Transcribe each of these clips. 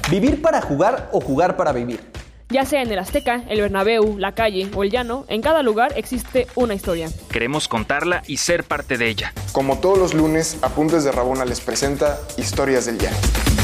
¿Vivir para jugar o jugar para vivir? Ya sea en el Azteca, el Bernabéu, la calle o el llano, en cada lugar existe una historia. Queremos contarla y ser parte de ella. Como todos los lunes, Apuntes de Rabona les presenta Historias del Llano.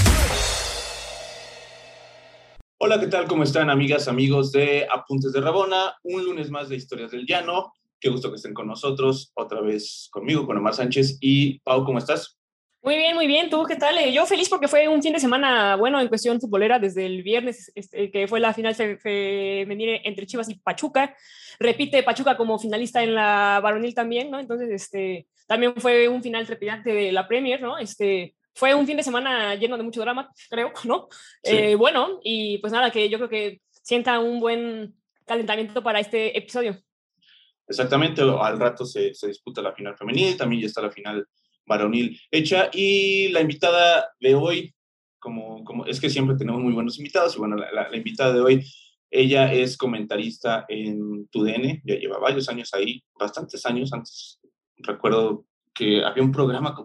Hola, ¿qué tal? ¿Cómo están, amigas, amigos de Apuntes de Rabona? Un lunes más de Historias del Llano. Qué gusto que estén con nosotros, otra vez conmigo, con Omar Sánchez. Y Pau, ¿cómo estás? Muy bien, muy bien. ¿Tú qué tal? Yo feliz porque fue un fin de semana bueno en cuestión futbolera desde el viernes, que fue la final femenil entre Chivas y Pachuca. Repite Pachuca como finalista en la varonil también, ¿no? Entonces, también fue un final trepidante de la Premier, ¿no? Fue un fin de semana lleno de mucho drama, creo, ¿no? Sí. Bueno, y pues nada, que yo creo que sienta un buen calentamiento para este episodio. Exactamente, al rato se disputa la final femenil, también ya está la final varonil hecha. Y la invitada de hoy, como es que siempre tenemos muy buenos invitados, y bueno, la invitada de hoy, ella es comentarista en TUDN, ya lleva varios años ahí, bastantes años. Antes recuerdo que había un programa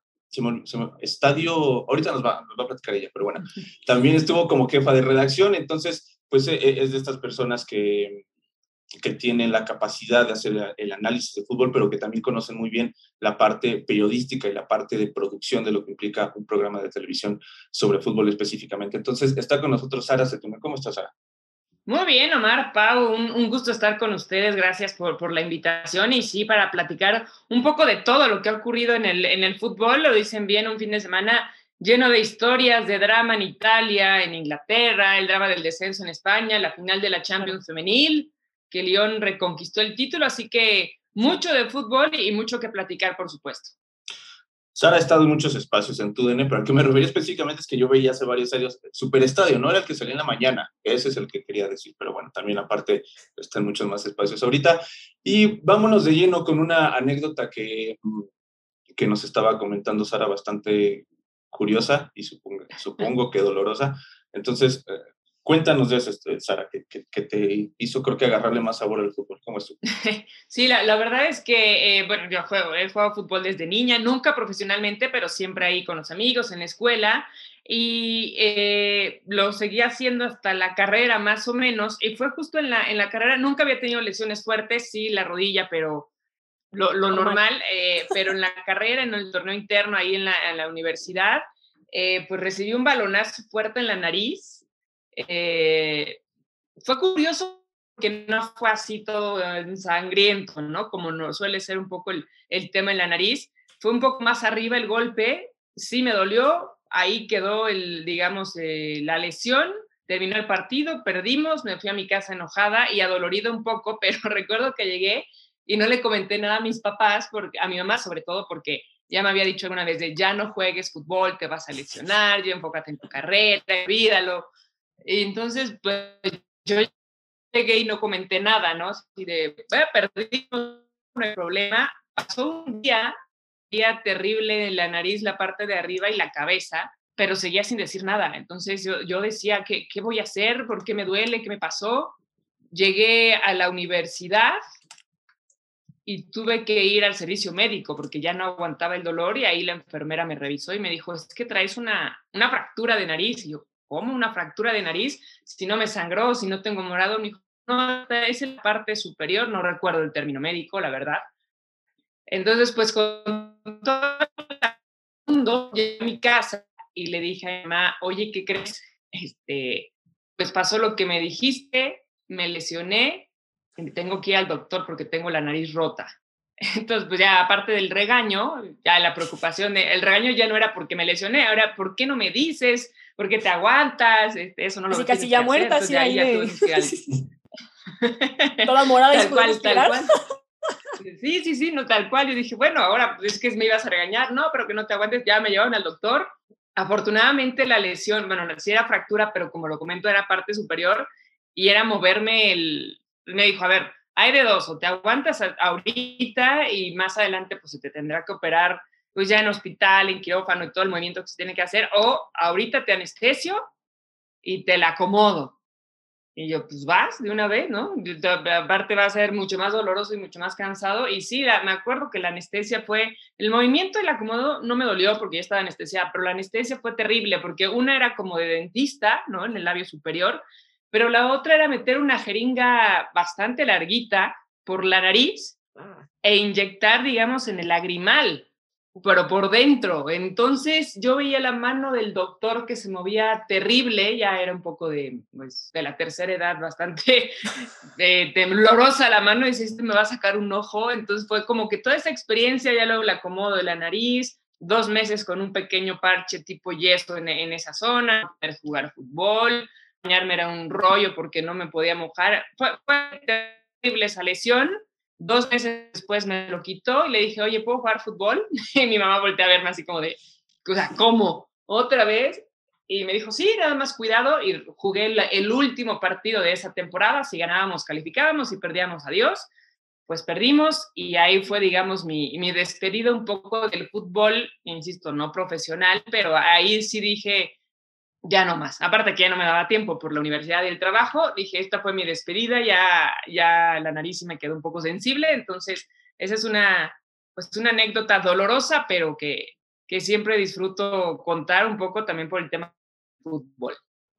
Estadio, ahorita nos va a platicar ella, pero bueno, también estuvo como jefa de redacción. Entonces pues es de estas personas que tienen la capacidad de hacer el análisis de fútbol, pero que también conocen muy bien la parte periodística y la parte de producción de lo que implica un programa de televisión sobre fútbol específicamente. Entonces, está con nosotros Sara Setúbal. ¿Cómo estás, Sara? Muy bien, Omar, Pau, un gusto estar con ustedes, gracias por la invitación y sí, para platicar un poco de todo lo que ha ocurrido en el fútbol. Lo dicen bien, un fin de semana lleno de historias, de drama en Italia, en Inglaterra, el drama del descenso en España, la final de la Champions femenil, que Lyon reconquistó el título, así que mucho de fútbol y mucho que platicar, por supuesto. Sara ha estado en muchos espacios en TUDN, pero al que me refería específicamente es que yo veía hace varios años Superestadio, no era el que salía en la mañana, ese es el que quería decir, pero bueno, también aparte están muchos más espacios ahorita. Y vámonos de lleno con una anécdota que nos estaba comentando Sara, bastante curiosa y supongo que dolorosa. Entonces, cuéntanos de eso, Sara, que te hizo, creo que, agarrarle más sabor al fútbol. ¿Cómo estuvo? Sí, la verdad es que, bueno, yo he jugado fútbol desde niña, nunca profesionalmente, pero siempre ahí con los amigos, en la escuela, y lo seguí haciendo hasta la carrera, más o menos, y fue justo en la carrera, nunca había tenido lesiones fuertes, sí, la rodilla, pero lo normal, pero en la carrera, en el torneo interno, ahí en la universidad, pues recibí un balonazo fuerte en la nariz. Fue curioso que no fue así todo sangriento, ¿no? Como no suele ser un poco el tema en la nariz. Fue un poco más arriba el golpe, sí me dolió, ahí quedó digamos, la lesión, terminó el partido, perdimos, me fui a mi casa enojada y adolorida un poco, pero recuerdo que llegué y no le comenté nada a mis papás, a mi mamá sobre todo, porque ya me había dicho alguna vez de ya no juegues fútbol, te vas a lesionar, ya enfócate en tu carrera, olvídalo. Y entonces, pues yo llegué y no comenté nada, ¿no? Así de, perdí, no hay problema. Pasó un día terrible en la nariz, la parte de arriba y la cabeza, pero seguía sin decir nada. Entonces yo decía, ¿qué voy a hacer? ¿Por qué me duele? ¿Qué me pasó? Llegué a la universidad y tuve que ir al servicio médico porque ya no aguantaba el dolor y ahí la enfermera me revisó y me dijo, es que traes una fractura de nariz. Y yo, ¿cómo una fractura de nariz? Si no me sangró, si no tengo morado. Me dijo, no, es en la parte superior, no recuerdo el término médico, la verdad. Entonces, pues con todo el mundo, llegué a mi casa y le dije a mi mamá, oye, ¿qué crees? Pues pasó lo que me dijiste, me lesioné, tengo que ir al doctor porque tengo la nariz rota. Entonces, pues ya aparte del regaño, ya la preocupación, el regaño ya no era porque me lesioné, ahora, ¿por qué no me dices? ¿Por qué te aguantas? Eso no Así lo casi tienes ya que muerta, hacer. así ahí Entonces, toda morada y tal cual, respirar. tal cual. Sí, no, tal cual. Yo dije, bueno, ahora pues, es que me ibas a regañar, no, pero que no te aguantes. Ya me llevaron al doctor. Afortunadamente la lesión, bueno, sí era fractura, pero como lo comento, era parte superior y era moverme me dijo, a ver, hay de dos, o te aguantas ahorita y más adelante pues se te tendrá que operar pues ya en hospital, en quirófano y todo el movimiento que se tiene que hacer, o ahorita te anestesio y te la acomodo. Y yo, pues vas de una vez, ¿no? Aparte va a ser mucho más doloroso y mucho más cansado. Y sí, me acuerdo que la anestesia fue, el movimiento y el acomodo no me dolió porque ya estaba anestesiada, pero la anestesia fue terrible porque una era como de dentista, ¿no? En el labio superior, pero la otra era meter una jeringa bastante larguita por la nariz e inyectar, digamos, en el lagrimal, pero por dentro. Entonces yo veía la mano del doctor que se movía terrible, ya era un poco de la tercera edad, bastante temblorosa la mano, y dice, me va a sacar un ojo. Entonces fue como que toda esa experiencia, ya luego el acomodo de la nariz, 2 meses con un pequeño parche tipo yeso en esa zona, poder jugar fútbol, bañarme era un rollo porque no me podía mojar. Fue terrible esa lesión. 2 meses después me lo quitó y le dije, oye, ¿puedo jugar fútbol? Y mi mamá volteó a verme así como de, o sea, ¿cómo? ¿Otra vez? Y me dijo, sí, nada más cuidado. Y jugué el último partido de esa temporada. Si ganábamos, calificábamos. Si perdíamos, adiós. Pues perdimos y ahí fue, digamos, mi despedida un poco del fútbol, insisto, no profesional, pero ahí sí dije, ya no más. Aparte que ya no me daba tiempo por la universidad y el trabajo, dije, esta fue mi despedida, ya la nariz se me quedó un poco sensible, entonces esa es una anécdota dolorosa, pero que siempre disfruto contar un poco también por el tema del fútbol.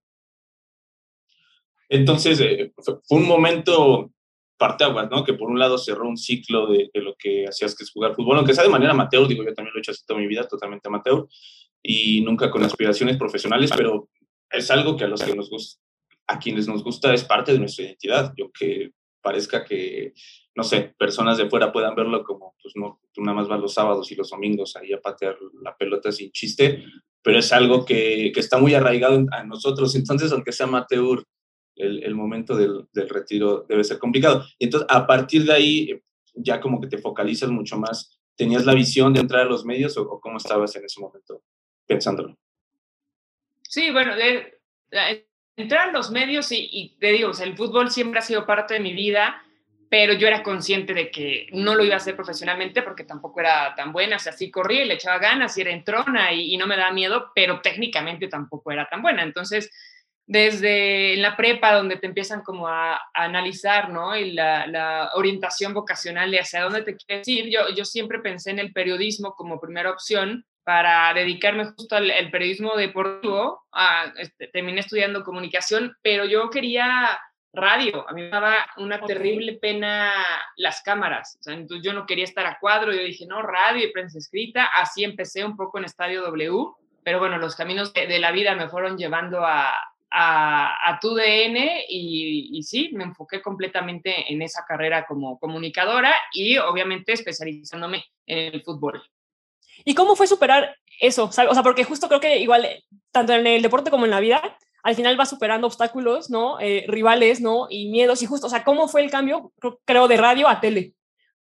Entonces, fue un momento parteaguas, ¿no? Que por un lado cerró un ciclo de lo que hacías, que es jugar fútbol, aunque sea de manera amateur, digo, yo también lo he hecho así toda mi vida, totalmente amateur, y nunca con aspiraciones profesionales, pero es algo que a quienes nos gusta es parte de nuestra identidad. Yo que parezca que, no sé, personas de fuera puedan verlo como, pues no, tú nada más vas los sábados y los domingos ahí a patear la pelota sin chiste, pero es algo que está muy arraigado a nosotros. Entonces, aunque sea amateur, el momento del retiro debe ser complicado. Y entonces, a partir de ahí, ya como que te focalizas mucho más. ¿Tenías la visión de entrar a los medios o cómo estabas en ese momento pensándolo? Sí, bueno, entrar a los medios y te digo, o sea, el fútbol siempre ha sido parte de mi vida, pero yo era consciente de que no lo iba a hacer profesionalmente porque tampoco era tan buena. O sea, sí corría y le echaba ganas y era entrona y no me daba miedo, pero técnicamente tampoco era tan buena. Entonces, desde la prepa, donde te empiezan como a analizar, ¿no? Y la orientación vocacional de hacia dónde te quieres ir, yo siempre pensé en el periodismo como primera opción para dedicarme justo al periodismo deportivo. Terminé estudiando comunicación, pero yo quería radio. A mí me daba una terrible pena las cámaras. O sea, entonces yo no quería estar a cuadro. Yo dije, no, radio y prensa escrita. Así empecé un poco en Estadio W, pero bueno, los caminos de la vida me fueron llevando a TUDN y sí, me enfoqué completamente en esa carrera como comunicadora y obviamente especializándome en el fútbol. ¿Y cómo fue superar eso? O sea, porque justo creo que igual, tanto en el deporte como en la vida, al final vas superando obstáculos, ¿no? Rivales, ¿no? Y miedos. Y justo, o sea, ¿cómo fue el cambio, creo, de radio a tele?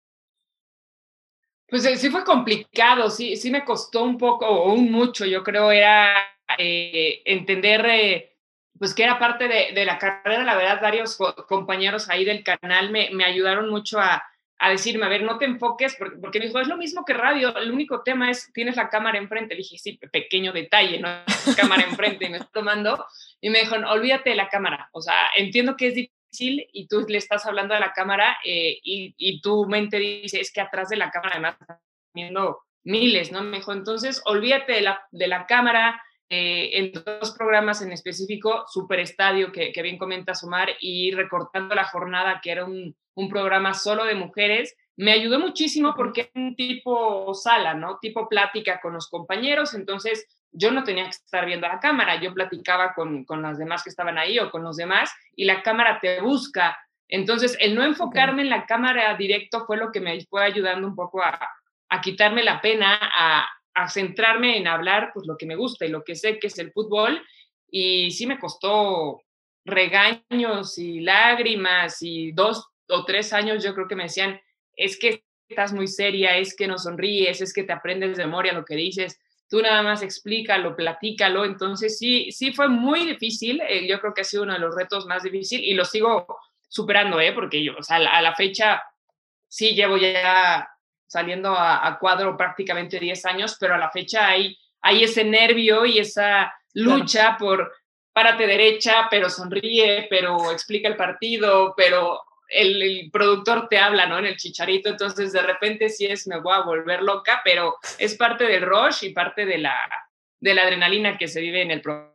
Pues sí fue complicado, sí me costó un poco o un mucho, yo creo, era entender pues que era parte de la carrera. La verdad, varios compañeros ahí del canal me ayudaron mucho a decirme, a ver, no te enfoques, porque me dijo, es lo mismo que radio, el único tema es, tienes la cámara enfrente. Le dije, sí, pequeño detalle, ¿no? Cámara enfrente, y me estoy tomando, y me dijo, no, olvídate de la cámara, o sea, entiendo que es difícil, y tú le estás hablando a la cámara, y tu mente dice, es que atrás de la cámara además están viendo miles, ¿no? Me dijo, entonces, olvídate de la cámara. En 2 programas en específico, Super Estadio, que bien comenta Omar, y Recortando la Jornada, que era un programa solo de mujeres, me ayudó muchísimo porque es un tipo sala, ¿no? Tipo plática con los compañeros. Entonces yo no tenía que estar viendo a la cámara, yo platicaba con las demás que estaban ahí o con los demás, y la cámara te busca. Entonces el no enfocarme en la cámara directo fue lo que me fue ayudando un poco a quitarme la pena, a centrarme en hablar pues lo que me gusta y lo que sé, que es el fútbol. Y sí me costó regaños y lágrimas, y 2 o 3 años yo creo que me decían, es que estás muy seria, es que no sonríes, es que te aprendes de memoria lo que dices, tú nada más explícalo, platícalo. Entonces sí fue muy difícil. Yo creo que ha sido uno de los retos más difíciles y lo sigo superando, porque yo, o sea, a la fecha sí llevo ya saliendo a cuadro prácticamente 10 años, pero a la fecha hay ese nervio y esa lucha por párate derecha, pero sonríe, pero explica el partido, pero el productor te habla, ¿no? En el Chicharito, entonces de repente sí me voy a volver loca, pero es parte del rush y parte de la adrenalina que se vive en el programa.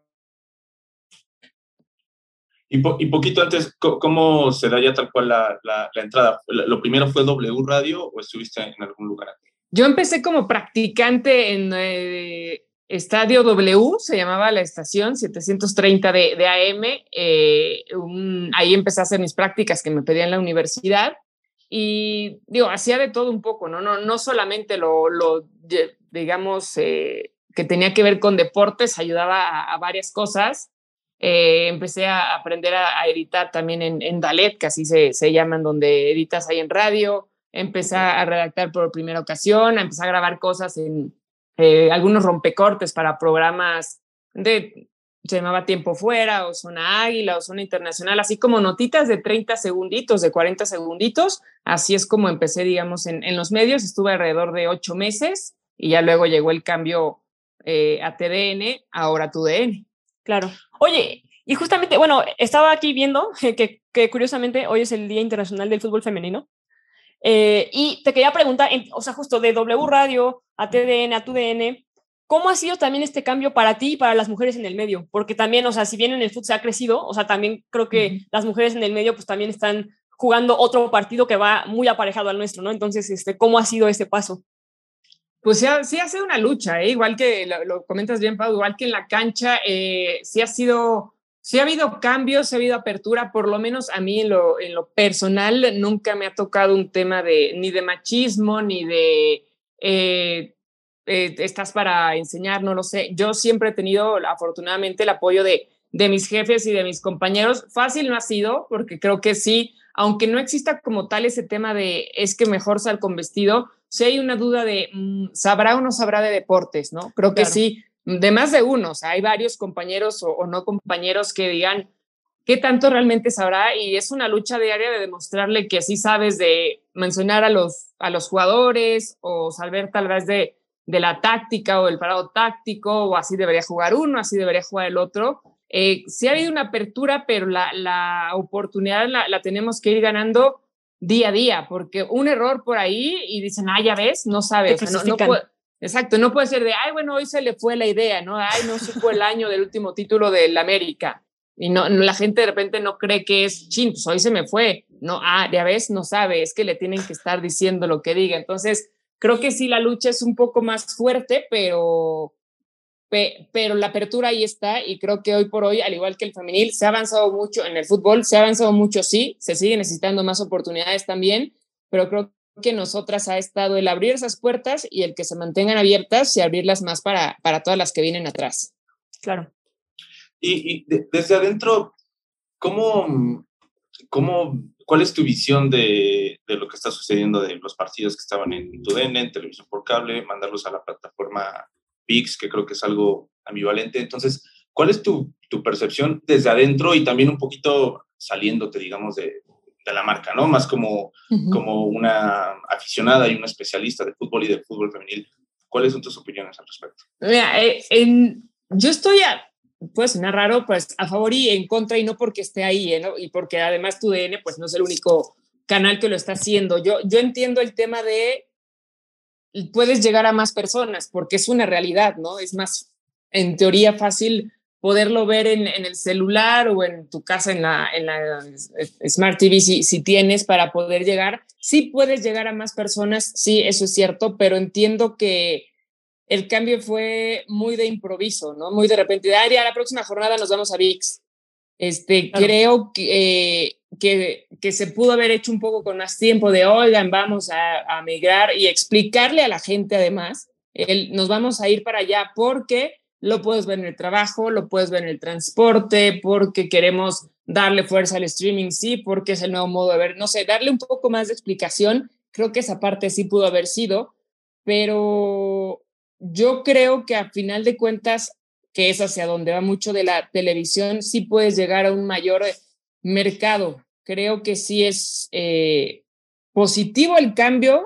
Y poquito antes, ¿cómo se da ya tal cual la entrada? ¿Lo primero fue W Radio o estuviste en algún lugar? Yo empecé como practicante en Estadio W, se llamaba la estación, 730 de AM. Ahí empecé a hacer mis prácticas que me pedían en la universidad. Y digo, hacía de todo un poco, no solamente digamos, que tenía que ver con deportes, ayudaba a varias cosas. Empecé a aprender a editar también en Dalet, que así se llaman, donde editas ahí en radio. Empecé a redactar por primera ocasión, empecé a grabar cosas en algunos rompecortes para programas se llamaba Tiempo Fuera, o Zona Águila, o Zona Internacional, así como notitas de 30 segunditos, de 40 segunditos. Así es como empecé, digamos, en los medios. Estuve alrededor de 8 meses y ya luego llegó el cambio a TDN, ahora TUDN. Claro. Oye, y justamente, bueno, estaba aquí viendo que curiosamente hoy es el Día Internacional del Fútbol Femenino. Y te quería preguntar, o sea, justo de W Radio a TDN, a TUDN, ¿cómo ha sido también este cambio para ti y para las mujeres en el medio? Porque también, o sea, si bien en el fútbol se ha crecido, o sea, también creo que las mujeres en el medio pues también están jugando otro partido que va muy aparejado al nuestro, ¿no? Entonces, ¿cómo ha sido este paso? Pues sí ha sido una lucha, igual que lo comentas bien, Pau, igual que en la cancha, sí ha habido cambios, ha habido apertura, por lo menos a mí en lo personal nunca me ha tocado un tema ni de machismo, ni de estás para enseñar, no lo sé. Yo siempre he tenido afortunadamente el apoyo de mis jefes y de mis compañeros. Fácil no ha sido, porque creo que sí, aunque no exista como tal ese tema de es que mejor sal con vestido, sí hay una duda de ¿sabrá o no sabrá de deportes? ¿No? Creo que sí, de más de uno. O sea, hay varios compañeros o no compañeros que digan qué tanto realmente sabrá, y es una lucha diaria de demostrarle que sí sabes de mencionar a los jugadores, o saber tal vez de la táctica o del parado táctico, o así debería jugar uno, así debería jugar el otro. Sí ha habido una apertura, pero la oportunidad la tenemos que ir ganando día a día, porque un error por ahí y dicen, ya ves, no sabes. O sea, no puede, exacto, no puede ser de, bueno, hoy se le fue la idea, ¿no? No supo el año del último título del América. Y no, la gente de repente no cree que es, pues hoy se me fue. No, ya ves, no sabe, es que le tienen que estar diciendo lo que diga. Entonces, creo que sí, la lucha es un poco más fuerte, pero la apertura ahí está, y creo que hoy por hoy, al igual que el femenil, se ha avanzado mucho en el fútbol, se ha avanzado mucho, sí, se sigue necesitando más oportunidades también, pero creo que nosotras ha estado el abrir esas puertas y el que se mantengan abiertas y abrirlas más para todas las que vienen atrás. Claro. Y desde adentro, ¿cuál es tu visión de lo que está sucediendo, de los partidos que estaban en TUDN, en televisión por cable, mandarlos a la plataforma ViX, que creo que es algo ambivalente? Entonces, ¿cuál es tu percepción desde adentro y también un poquito saliéndote, digamos, de la marca, ¿no? Más como una aficionada y una especialista de fútbol y del fútbol femenil. ¿Cuáles son tus opiniones al respecto? Mira, yo estoy puede sonar raro, pues a favor y en contra, y no porque esté ahí, ¿no? Y porque además TUDN pues no es el único canal que lo está haciendo. Yo entiendo el tema de puedes llegar a más personas, porque es una realidad, ¿no? Es más, en teoría, fácil poderlo ver en el celular o en tu casa, en la Smart TV, si tienes, para poder llegar. Sí puedes llegar a más personas, sí, eso es cierto, pero entiendo que el cambio fue muy de improviso, ¿no? Muy de repente, ya la próxima jornada nos vamos a ViX. Claro. Creo que se pudo haber hecho un poco con más tiempo de, oigan, vamos a migrar, y explicarle a la gente además, nos vamos a ir para allá porque lo puedes ver en el trabajo, lo puedes ver en el transporte, porque queremos darle fuerza al streaming, sí, porque es el nuevo modo de ver, no sé, darle un poco más de explicación. Creo que esa parte sí pudo haber sido, pero yo creo que a final de cuentas, que es hacia donde va mucho de la televisión, sí puedes llegar a un mayor mercado. Creo que sí es positivo el cambio,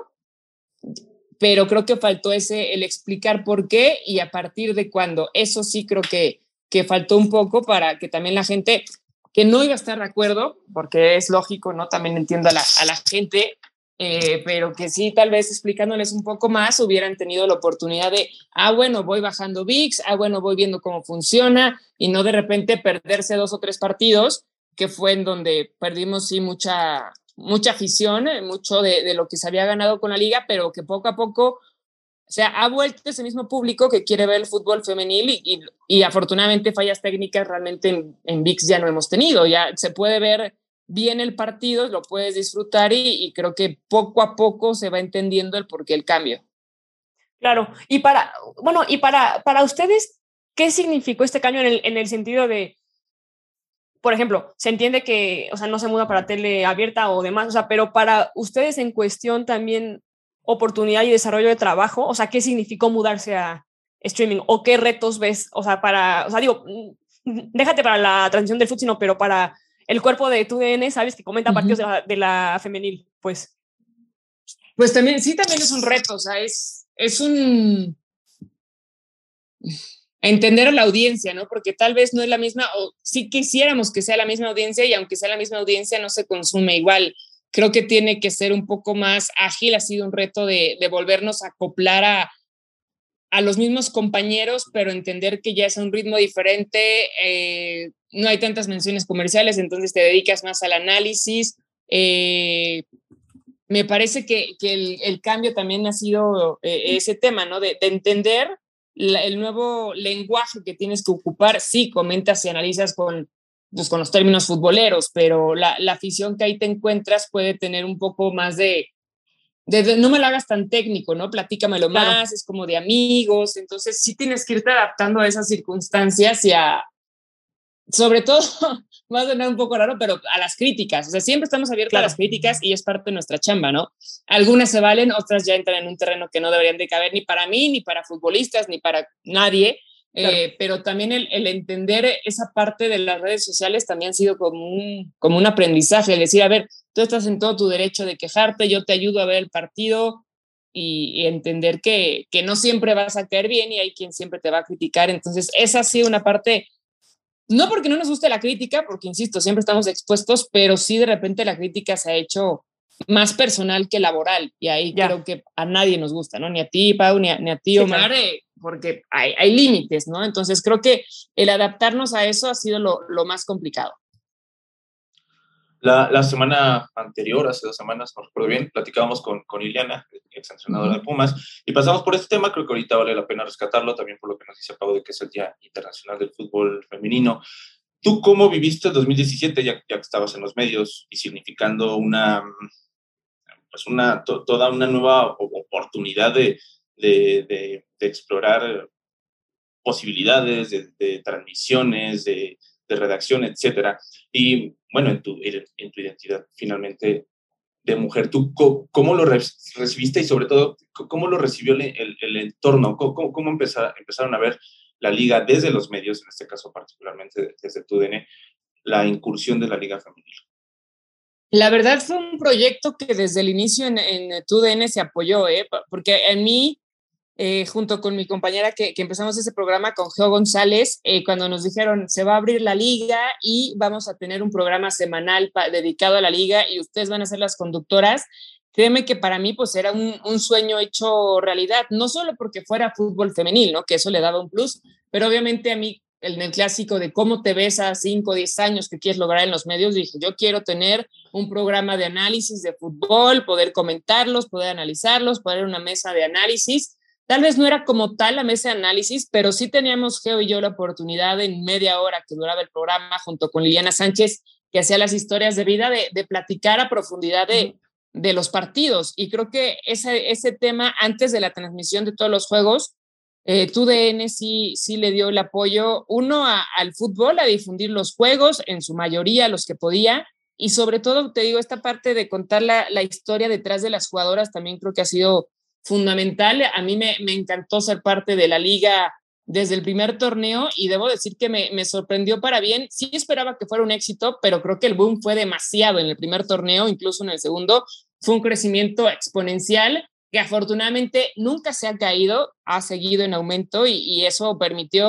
pero creo que faltó el explicar por qué y a partir de cuándo. Eso sí creo que que faltó un poco para que también la gente que no iba a estar de acuerdo, porque es lógico, ¿no? También entiendo a la gente, pero que sí, tal vez explicándoles un poco más, hubieran tenido la oportunidad de, bueno, voy bajando VIX, bueno, voy viendo cómo funciona, y no de repente perderse 2 o 3 partidos, que fue en donde perdimos, sí, mucha afición, mucho de lo que se había ganado con la liga, pero que poco a poco, o sea, ha vuelto ese mismo público que quiere ver el fútbol femenil y afortunadamente fallas técnicas realmente en VIX ya no hemos tenido. Ya se puede ver bien el partido, lo puedes disfrutar y creo que poco a poco se va entendiendo el porqué el cambio. Claro. Y para ustedes, ¿qué significó este cambio en el sentido de, por ejemplo, se entiende que, o sea, no se muda para tele abierta o demás, o sea, pero para ustedes en cuestión también oportunidad y desarrollo de trabajo, o sea, ¿qué significó mudarse a streaming? ¿O qué retos ves? O sea, digo, déjate para la transición del fútbol, sino, pero para el cuerpo de TUDN, ¿sabes? Que comenta partidos de la femenil, pues. Pues también, sí, también es un reto, o sea, es un entender a la audiencia, ¿no? Porque tal vez no es la misma, o sí quisiéramos que sea la misma audiencia, y aunque sea la misma audiencia, no se consume igual. Creo que tiene que ser un poco más ágil, ha sido un reto de volvernos a acoplar a los mismos compañeros, pero entender que ya es a un ritmo diferente, no hay tantas menciones comerciales, entonces te dedicas más al análisis. Me parece que el cambio también ha sido ese tema, ¿no? De entender el nuevo lenguaje que tienes que ocupar. Sí, comentas y analizas con los términos futboleros, pero la afición que ahí te encuentras puede tener un poco más de no me lo hagas tan técnico, ¿no? Platícamelo más, claro. Es como de amigos, entonces sí tienes que irte adaptando a esas circunstancias y sobre todo, va a sonar un poco raro, pero a las críticas, o sea, siempre estamos abiertos a las críticas y es parte de nuestra chamba, ¿no? Algunas se valen, otras ya entran en un terreno que no deberían de caber ni para mí, ni para futbolistas, ni para nadie, claro. Pero también el entender esa parte de las redes sociales también ha sido como un aprendizaje, el decir, a ver, tú estás en todo tu derecho de quejarte, yo te ayudo a ver el partido y entender que no siempre vas a caer bien y hay quien siempre te va a criticar, entonces esa ha sido una parte. No porque no nos guste la crítica, porque insisto, siempre estamos expuestos, pero sí de repente la crítica se ha hecho más personal que laboral y ahí creo que a nadie nos gusta, ¿no? Ni a ti, Pau, ni a ti, Omar, claro. Porque hay límites, ¿no? Entonces creo que el adaptarnos a eso ha sido lo más complicado. La semana anterior, hace 2 semanas, no recuerdo bien, platicábamos con Iliana, exsancionadora de Pumas, y pasamos por este tema. Creo que ahorita vale la pena rescatarlo, también por lo que nos dice Pau de que es el Día Internacional del Fútbol Femenino. ¿Tú cómo viviste el 2017, ya que estabas en los medios y significando toda una nueva oportunidad de explorar posibilidades, de transmisiones, de redacción, etcétera? Y bueno, en tu identidad finalmente de mujer, ¿tú cómo lo recibiste y sobre todo cómo lo recibió el entorno? ¿Cómo empezaron a ver la liga desde los medios, en este caso particularmente desde TUDN, la incursión de la liga femenil? La verdad fue un proyecto que desde el inicio en TUDN se apoyó, porque en mí, junto con mi compañera que empezamos ese programa con Geo González, cuando nos dijeron se va a abrir la liga y vamos a tener un programa semanal dedicado a la liga y ustedes van a ser las conductoras, créeme que para mí pues era un sueño hecho realidad, no solo porque fuera fútbol femenil, ¿no? Que eso le daba un plus, pero obviamente a mí en el clásico de cómo te ves a 5 o 10 años que quieres lograr en los medios, dije yo quiero tener un programa de análisis de fútbol, poder comentarlos, poder analizarlos, poder una mesa de análisis. Tal vez no era como tal la mesa de análisis, pero sí teníamos Geo y yo la oportunidad en media hora que duraba el programa junto con Liliana Sánchez, que hacía las historias de vida, de platicar a profundidad de los partidos. Y creo que ese tema, antes de la transmisión de todos los juegos, TUDN sí le dio el apoyo, al fútbol, a difundir los juegos, en su mayoría los que podía, y sobre todo, te digo, esta parte de contar la historia detrás de las jugadoras también creo que ha sido fundamental. A mí me encantó ser parte de la liga desde el primer torneo y debo decir que me sorprendió para bien. Sí esperaba que fuera un éxito, pero creo que el boom fue demasiado en el primer torneo, incluso en el segundo fue un crecimiento exponencial que afortunadamente nunca se ha caído, ha seguido en aumento y eso permitió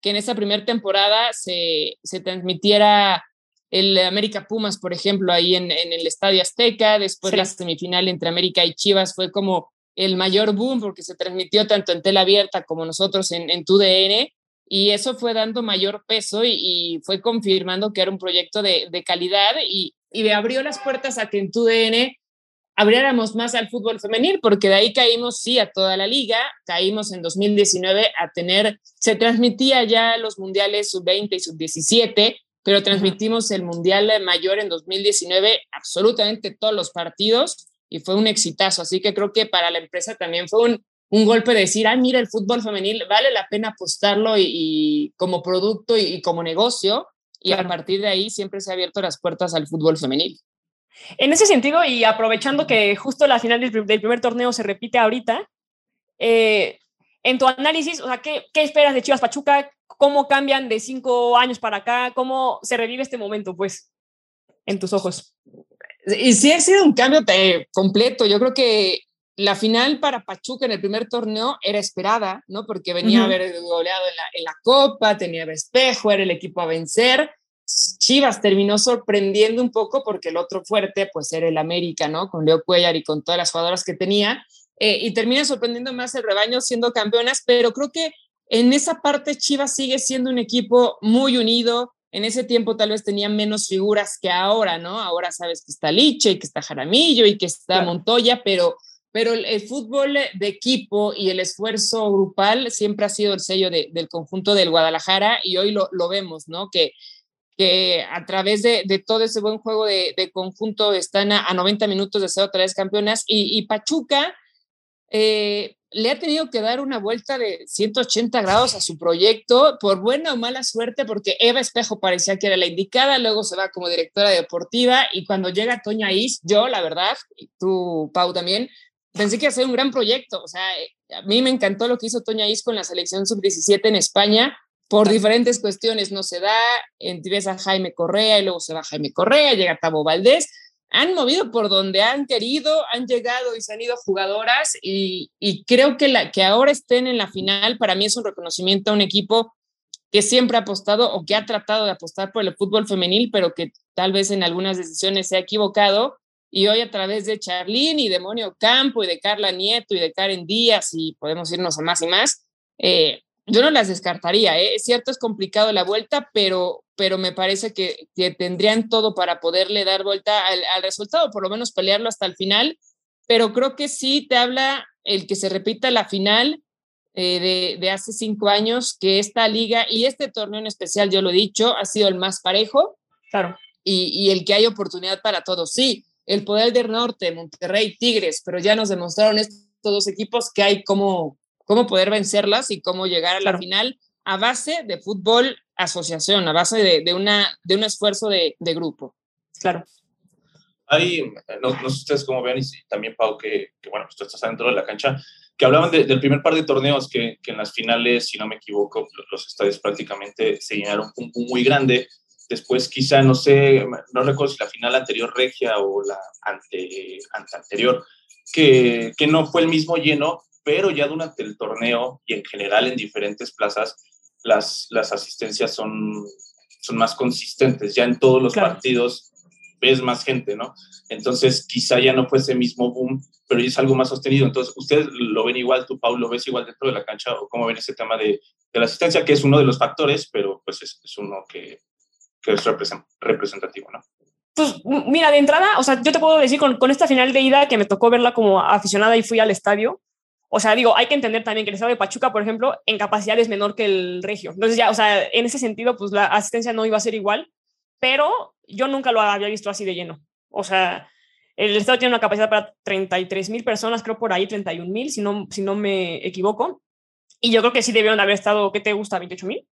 en esa primera temporada se transmitiera el América Pumas, por ejemplo, ahí en el Estadio Azteca. Después la semifinal entre América y Chivas fue como el mayor boom porque se transmitió tanto en tela abierta como nosotros en TUDN, y eso fue dando mayor peso y fue confirmando que era un proyecto de calidad y le abrió las puertas a que en TUDN abriéramos más al fútbol femenil, porque de ahí caímos, sí, a toda la liga. Caímos en 2019 se transmitía ya los mundiales sub-20 y sub-17, pero transmitimos el mundial mayor en 2019, absolutamente todos los partidos, y fue un exitazo. Así que creo que para la empresa también fue un golpe de decir, mira, el fútbol femenil vale la pena apostarlo y como producto y como negocio, y a partir de ahí siempre se ha abierto las puertas al fútbol femenil. En ese sentido, y aprovechando que justo la final del primer torneo se repite ahorita, en tu análisis, o sea, ¿qué esperas de Chivas Pachuca? ¿Cómo cambian de 5 años para acá? ¿Cómo se revive este momento, pues, en tus ojos? Y sí ha sido un cambio completo. Yo creo que la final para Pachuca en el primer torneo era esperada, ¿no? Porque venía a haber goleado en la Copa, tenía espejo, era el equipo a vencer. Chivas terminó sorprendiendo un poco porque el otro fuerte pues era el América, ¿no? Con Leo Cuellar y con todas las jugadoras que tenía, y termina sorprendiendo más el rebaño siendo campeonas, pero creo que en esa parte Chivas sigue siendo un equipo muy unido. En ese tiempo tal vez tenía menos figuras que ahora, ¿no? Ahora sabes que está Liche y que está Jaramillo y que está Montoya, pero el fútbol de equipo y el esfuerzo grupal siempre ha sido el sello del conjunto del Guadalajara, y hoy lo vemos, ¿no? Que a través de todo ese buen juego de conjunto están a 90 minutos de ser otra vez campeonas, y Pachuca le ha tenido que dar una vuelta de 180 grados a su proyecto, por buena o mala suerte, porque Eva Espejo parecía que era la indicada, luego se va como directora deportiva, y cuando llega Toña Is, yo la verdad, y tú, Pau, también, pensé que iba a ser un gran proyecto. O sea, a mí me encantó lo que hizo Toña Is con la selección sub-17 en España. Por diferentes cuestiones no se da, empieza a Jaime Correa y luego se va Jaime Correa, llega Tabo Valdés. Han movido por donde han querido, han llegado y se han ido jugadoras, y creo que ahora estén en la final, para mí es un reconocimiento a un equipo que siempre ha apostado o que ha tratado de apostar por el fútbol femenil, pero que tal vez en algunas decisiones se ha equivocado, y hoy a través de Charlín y de Monio Campo y de Carla Nieto y de Karen Díaz, y podemos irnos a más y más, yo no las descartaría, ¿eh? Es cierto, es complicado la vuelta, pero me parece que tendrían todo para poderle dar vuelta al resultado, por lo menos pelearlo hasta el final. Pero creo que sí te habla el que se repita la final de hace 5 años, que esta liga y este torneo en especial, yo lo he dicho, ha sido el más parejo. Claro. Y el que hay oportunidad para todos. Sí, el Poder del Norte, Monterrey, Tigres, pero ya nos demostraron estos dos equipos que hay cómo poder vencerlas y cómo llegar a la final a base de fútbol asociación, a base de un esfuerzo de grupo. Claro. Ahí, no sé ustedes cómo vean, y también, Pau, que bueno, pues tú estás dentro de la cancha, que hablaban del primer par de torneos que en las finales, si no me equivoco, los estadios prácticamente se llenaron un muy grande. Después quizá, no sé, no recuerdo si la final anterior regia o la anterior, que no fue el mismo lleno, pero ya durante el torneo y en general en diferentes plazas, las asistencias son más consistentes. Ya en todos los partidos ves más gente, ¿no? Entonces, quizá ya no fue ese mismo boom, pero ya es algo más sostenido. Entonces, ¿ustedes lo ven igual? ¿Tú, Pau, lo ves igual dentro de la cancha? ¿O cómo ven ese tema de la asistencia, que es uno de los factores, pero pues es uno que es representativo, ¿no? Pues mira, de entrada, o sea, yo te puedo decir con esta final de ida, que me tocó verla como aficionada y fui al estadio. O sea, digo, hay que entender también que el estado de Pachuca, por ejemplo, en capacidad es menor que el Regio. Entonces ya, o sea, en ese sentido, pues la asistencia no iba a ser igual, pero yo nunca lo había visto así de lleno. O sea, el estadio tiene una capacidad para 33,000 personas, creo por ahí 31,000, si no me equivoco. Y yo creo que sí debieron haber estado, ¿qué te gusta? 28,000.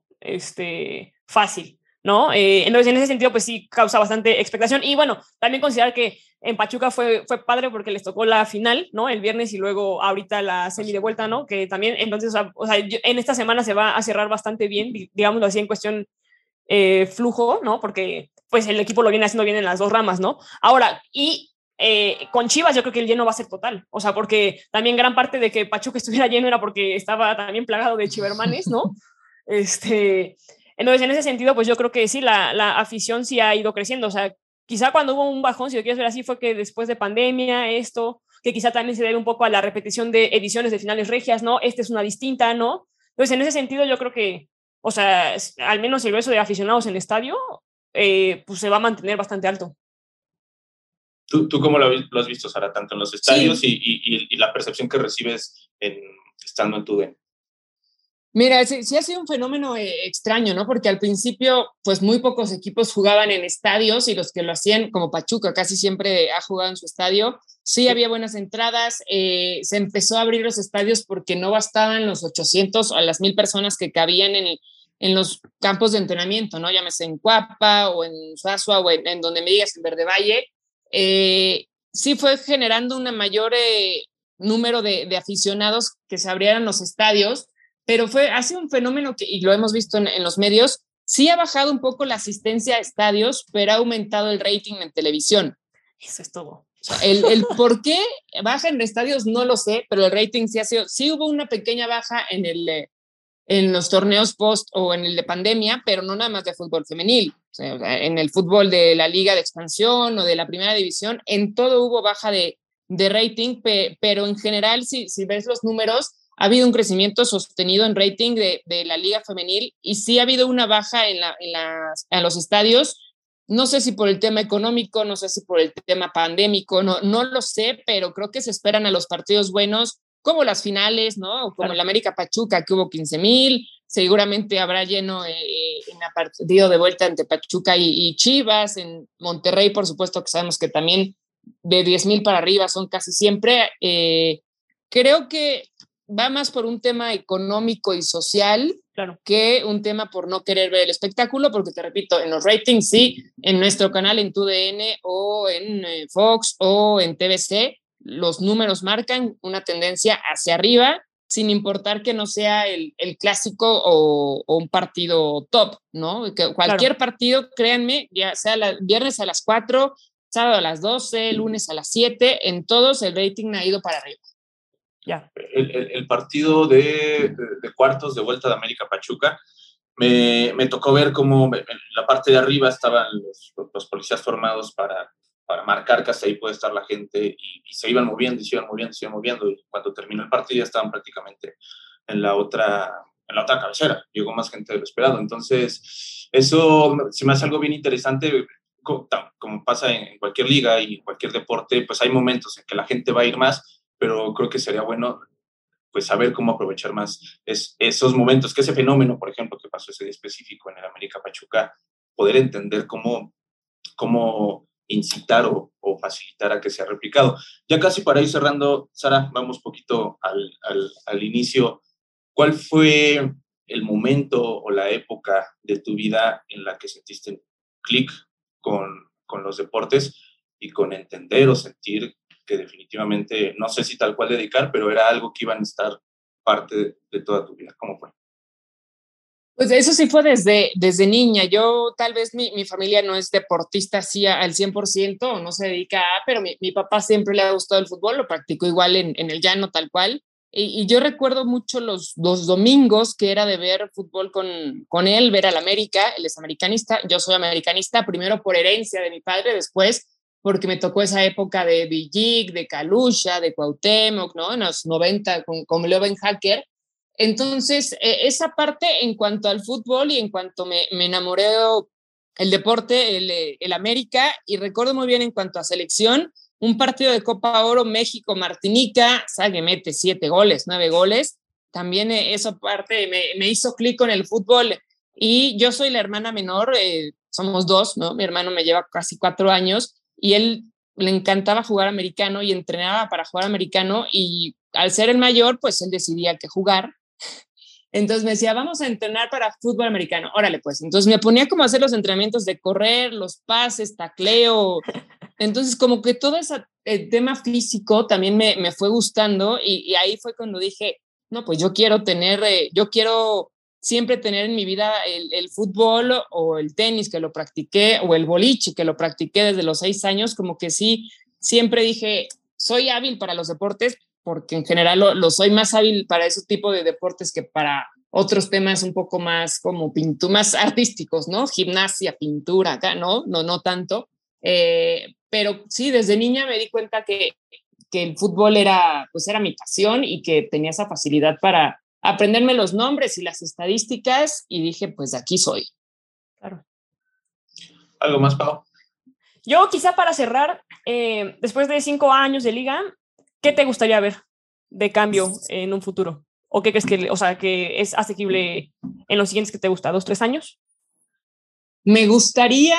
Fácil, ¿no? Entonces, en ese sentido, pues sí causa bastante expectación. Y bueno, también considerar que en Pachuca fue padre porque les tocó la final, ¿no? El viernes, y luego ahorita la semi de vuelta, ¿no? Que también, entonces, o sea, en esta semana se va a cerrar bastante bien, digámoslo así, en cuestión flujo, ¿no? Porque pues el equipo lo viene haciendo bien en las dos ramas, ¿no? Ahora, con Chivas yo creo que el lleno va a ser total, o sea, porque también gran parte de que Pachuca estuviera lleno era porque estaba también plagado de chivermanes, ¿no? Entonces, en ese sentido, pues yo creo que sí, la afición sí ha ido creciendo. O sea, quizá cuando hubo un bajón, si lo quieres ver así, fue que después de pandemia, que quizá también se debe un poco a la repetición de ediciones de finales regias, ¿no? Esta es una distinta, ¿no? Entonces, en ese sentido, yo creo que, o sea, al menos el grueso de aficionados en el estadio, pues se va a mantener bastante alto. ¿Tú cómo lo has visto, Sara, tanto en los estadios y la percepción que recibes estando en tu DN? Mira, sí ha sido un fenómeno extraño, ¿no? Porque al principio, pues muy pocos equipos jugaban en estadios y los que lo hacían, como Pachuca, casi siempre ha jugado en su estadio. Sí había buenas entradas, se empezó a abrir los estadios porque no bastaban los 800 o las 1000 personas que cabían en los campos de entrenamiento, ¿no? Llámese en Cuapa o en Suazua o en donde me digas, en Verde Valle. Sí fue generando una mayor número de aficionados que se abrieran los estadios, pero ha sido un fenómeno que, y lo hemos visto en los medios, sí ha bajado un poco la asistencia a estadios, pero ha aumentado el rating en televisión. Eso es todo. O sea, el por qué baja en estadios no lo sé, pero el rating sí hubo una pequeña baja en los torneos post o en el de pandemia, pero no nada más de fútbol femenil. O sea, en el fútbol de la Liga de Expansión o de la Primera División, en todo hubo baja de rating, pero en general, si ves los números, ha habido un crecimiento sostenido en rating de la Liga Femenil y sí ha habido una baja en los estadios. No sé si por el tema económico, no sé si por el tema pandémico, no lo sé, pero creo que se esperan a los partidos buenos, como las finales, ¿no? O como el América Pachuca, que hubo 15,000, seguramente habrá lleno en el partido de vuelta entre Pachuca y Chivas, en Monterrey, por supuesto que sabemos que también de 10,000 para arriba son casi siempre. Creo que va más por un tema económico y social, claro, que un tema por no querer ver el espectáculo, porque te repito, en los ratings sí, en nuestro canal, en TUDN o en Fox o en TVC, los números marcan una tendencia hacia arriba, sin importar que no sea el clásico o un partido top, ¿no? Que cualquier partido, créanme, ya sea viernes a las 4, sábado a las 12, lunes a las 7, en todos el rating ha ido para arriba. Ya. El partido de cuartos de vuelta de América Pachuca, me tocó ver cómo en la parte de arriba estaban los policías formados para marcar que hasta ahí puede estar la gente y se iban moviendo, y cuando terminó el partido ya estaban prácticamente en la otra cabecera, llegó más gente de lo esperado. Entonces eso se me hace algo bien interesante, como pasa en cualquier liga y cualquier deporte, pues hay momentos en que la gente va a ir más, pero creo que sería bueno pues saber cómo aprovechar más esos momentos, que ese fenómeno, por ejemplo, que pasó ese día específico en el América Pachuca, poder entender cómo incitar o facilitar a que sea replicado. Ya casi para ir cerrando, Sara, vamos poquito al inicio. ¿Cuál fue el momento o la época de tu vida en la que sentiste un clic con los deportes y con entender o sentir que definitivamente, no sé si tal cual dedicar, pero era algo que iban a estar parte de toda tu vida? ¿Cómo fue? Pues eso sí fue desde niña. Yo, tal vez mi familia no es deportista así al 100%, o no se dedica pero mi papá siempre le ha gustado el fútbol, lo practicó igual en el llano, tal cual. Y yo recuerdo mucho los domingos que era de ver fútbol con él, ver al América. Él es americanista, yo soy americanista, primero por herencia de mi padre, después porque me tocó esa época de Villic, de Kalusha, de Cuauhtémoc, ¿no? En los 90 con Leo Ben Hacker. Entonces, esa parte en cuanto al fútbol y en cuanto me enamoré el deporte, el América, y recuerdo muy bien en cuanto a selección, un partido de Copa Oro México-Martinica, Sague mete 7 goles, 9 goles, también esa parte me hizo clic con el fútbol, y yo soy la hermana menor, somos 2, ¿no? Mi hermano me lleva casi 4 años, y él le encantaba jugar americano y entrenaba para jugar americano, y al ser el mayor, pues él decidía qué jugar. Entonces me decía, vamos a entrenar para fútbol americano. Órale, pues. Entonces me ponía como a hacer los entrenamientos de correr, los pases, tacleo. Entonces como que todo ese tema físico también me fue gustando y ahí fue cuando dije, no, pues yo quiero siempre tener en mi vida el fútbol o el tenis que lo practiqué o el boliche que lo practiqué desde los 6 años. Como que sí, siempre dije, soy hábil para los deportes, porque en general lo soy más hábil para ese tipo de deportes que para otros temas un poco más como más artísticos, ¿no? Gimnasia, pintura, acá, no tanto. Pero sí, desde niña me di cuenta que el fútbol era mi pasión y que tenía esa facilidad para aprenderme los nombres y las estadísticas y dije, pues de aquí soy. Claro. ¿Algo más, Pau? Yo quizá para cerrar, después de 5 años de liga, ¿qué te gustaría ver de cambio en un futuro? ¿O qué crees que es asequible en los siguientes que te gusta? ¿2, 3 años? Me gustaría,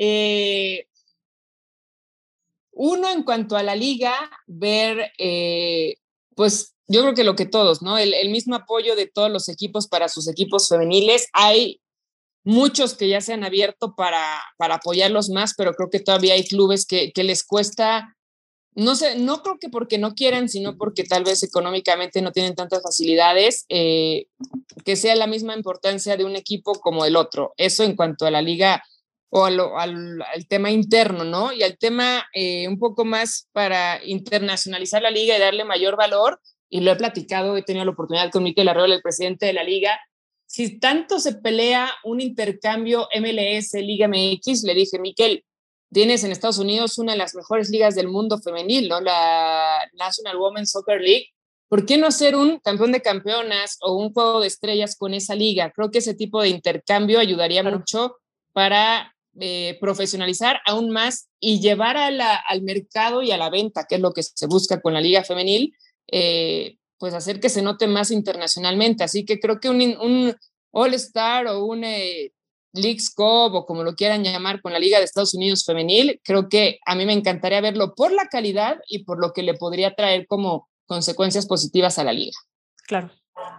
uno, en cuanto a la liga, ver, pues yo creo que lo que todos, ¿no? El mismo apoyo de todos los equipos para sus equipos femeniles. Hay muchos que ya se han abierto para apoyarlos más, pero creo que todavía hay clubes que les cuesta, no sé, no creo que porque no quieran, sino porque tal vez económicamente no tienen tantas facilidades, que sea la misma importancia de un equipo como el otro. Eso en cuanto a la liga o al tema interno, ¿no? Y al tema un poco más para internacionalizar la liga y darle mayor valor, y lo he platicado, he tenido la oportunidad con Mikel Arreola, el presidente de la liga. Si tanto se pelea un intercambio MLS-Liga MX, le dije, Mikel, tienes en Estados Unidos una de las mejores ligas del mundo femenil, ¿no? La National Women's Soccer League. ¿Por qué no hacer un campeón de campeonas o un juego de estrellas con esa liga? Creo que ese tipo de intercambio ayudaría mucho para profesionalizar aún más y llevar al mercado y a la venta, que es lo que se busca con la liga femenil, pues hacer que se note más internacionalmente. Así que creo que un All-Star o un Leagues Cup o como lo quieran llamar con la Liga de Estados Unidos femenil, creo que a mí me encantaría verlo por la calidad y por lo que le podría traer como consecuencias positivas a la liga. Claro.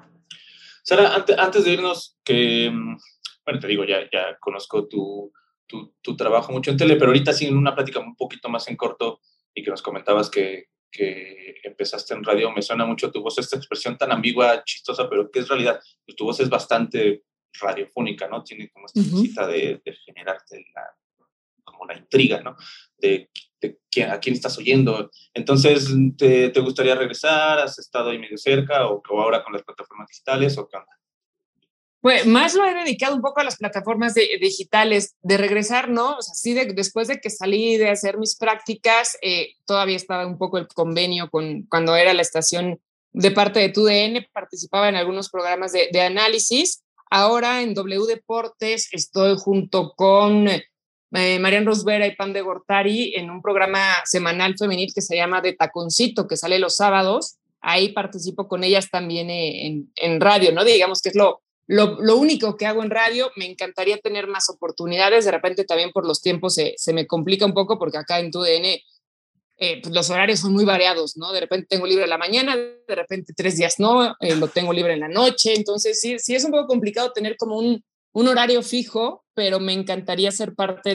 Sara, antes de irnos, que, bueno, te digo, ya conozco tu trabajo mucho en tele, pero ahorita sí en una plática un poquito más en corto y que nos comentabas que empezaste en radio, me suena mucho tu voz, esta expresión tan ambigua, chistosa, pero que es realidad. Pues tu voz es bastante radiofónica, ¿no? Tiene como esta cosita de generarte como la intriga, ¿no? De a quién estás oyendo. Entonces, ¿te gustaría regresar? ¿Has estado ahí medio cerca? ¿O ahora con las plataformas digitales? ¿O qué onda? Pues más lo he dedicado un poco a las plataformas digitales, de regresar, ¿no? O sea, sí, después de que salí de hacer mis prácticas, todavía estaba un poco el convenio cuando era la estación de parte de TUDN, participaba en algunos programas de análisis. Ahora en W Deportes estoy junto con Marian Rosvera y Pam de Gortari en un programa semanal femenil que se llama De Taconcito, que sale los sábados. Ahí participo con ellas también en radio, ¿no? Digamos que es lo único que hago en radio. Me encantaría tener más oportunidades. De repente también por los tiempos se me complica un poco porque acá en TUDN pues los horarios son muy variados, ¿no? De repente tengo libre en la mañana, de repente 3 días no, lo tengo libre en la noche. Entonces sí es un poco complicado tener como un horario fijo, pero me encantaría ser parte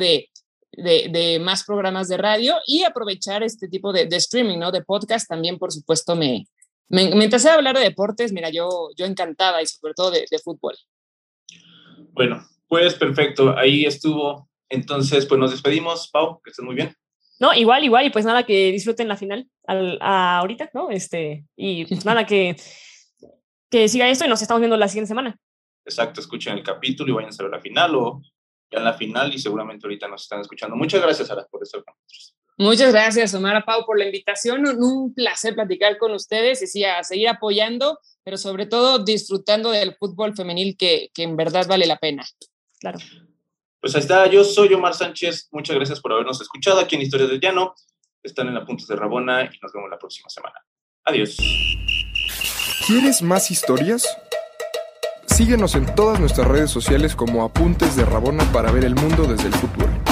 de más programas de radio y aprovechar este tipo de streaming, ¿no? De podcast también, por supuesto, mientras sea hablar de deportes, mira, yo encantada y sobre todo de fútbol. Bueno, pues perfecto, ahí estuvo. Entonces, pues nos despedimos. Pau, que estés muy bien. No, igual, y pues nada, que disfruten la final ahorita, ¿no? Y pues nada, que siga esto y nos estamos viendo la siguiente semana. Exacto, escuchen el capítulo y vayan a ver la final o vean la final y seguramente ahorita nos están escuchando. Muchas gracias, Sara, por estar con nosotros. Muchas gracias, Omar, Pau, por la invitación. Un placer platicar con ustedes y sí, a seguir apoyando, pero sobre todo disfrutando del fútbol femenil que en verdad vale la pena. Claro. Pues ahí está, yo soy Omar Sánchez. Muchas gracias por habernos escuchado aquí en Historias del Llano. Están en Apuntes de Rabona y nos vemos la próxima semana. Adiós. ¿Quieres más historias? Síguenos en todas nuestras redes sociales como Apuntes de Rabona para ver el mundo desde el fútbol.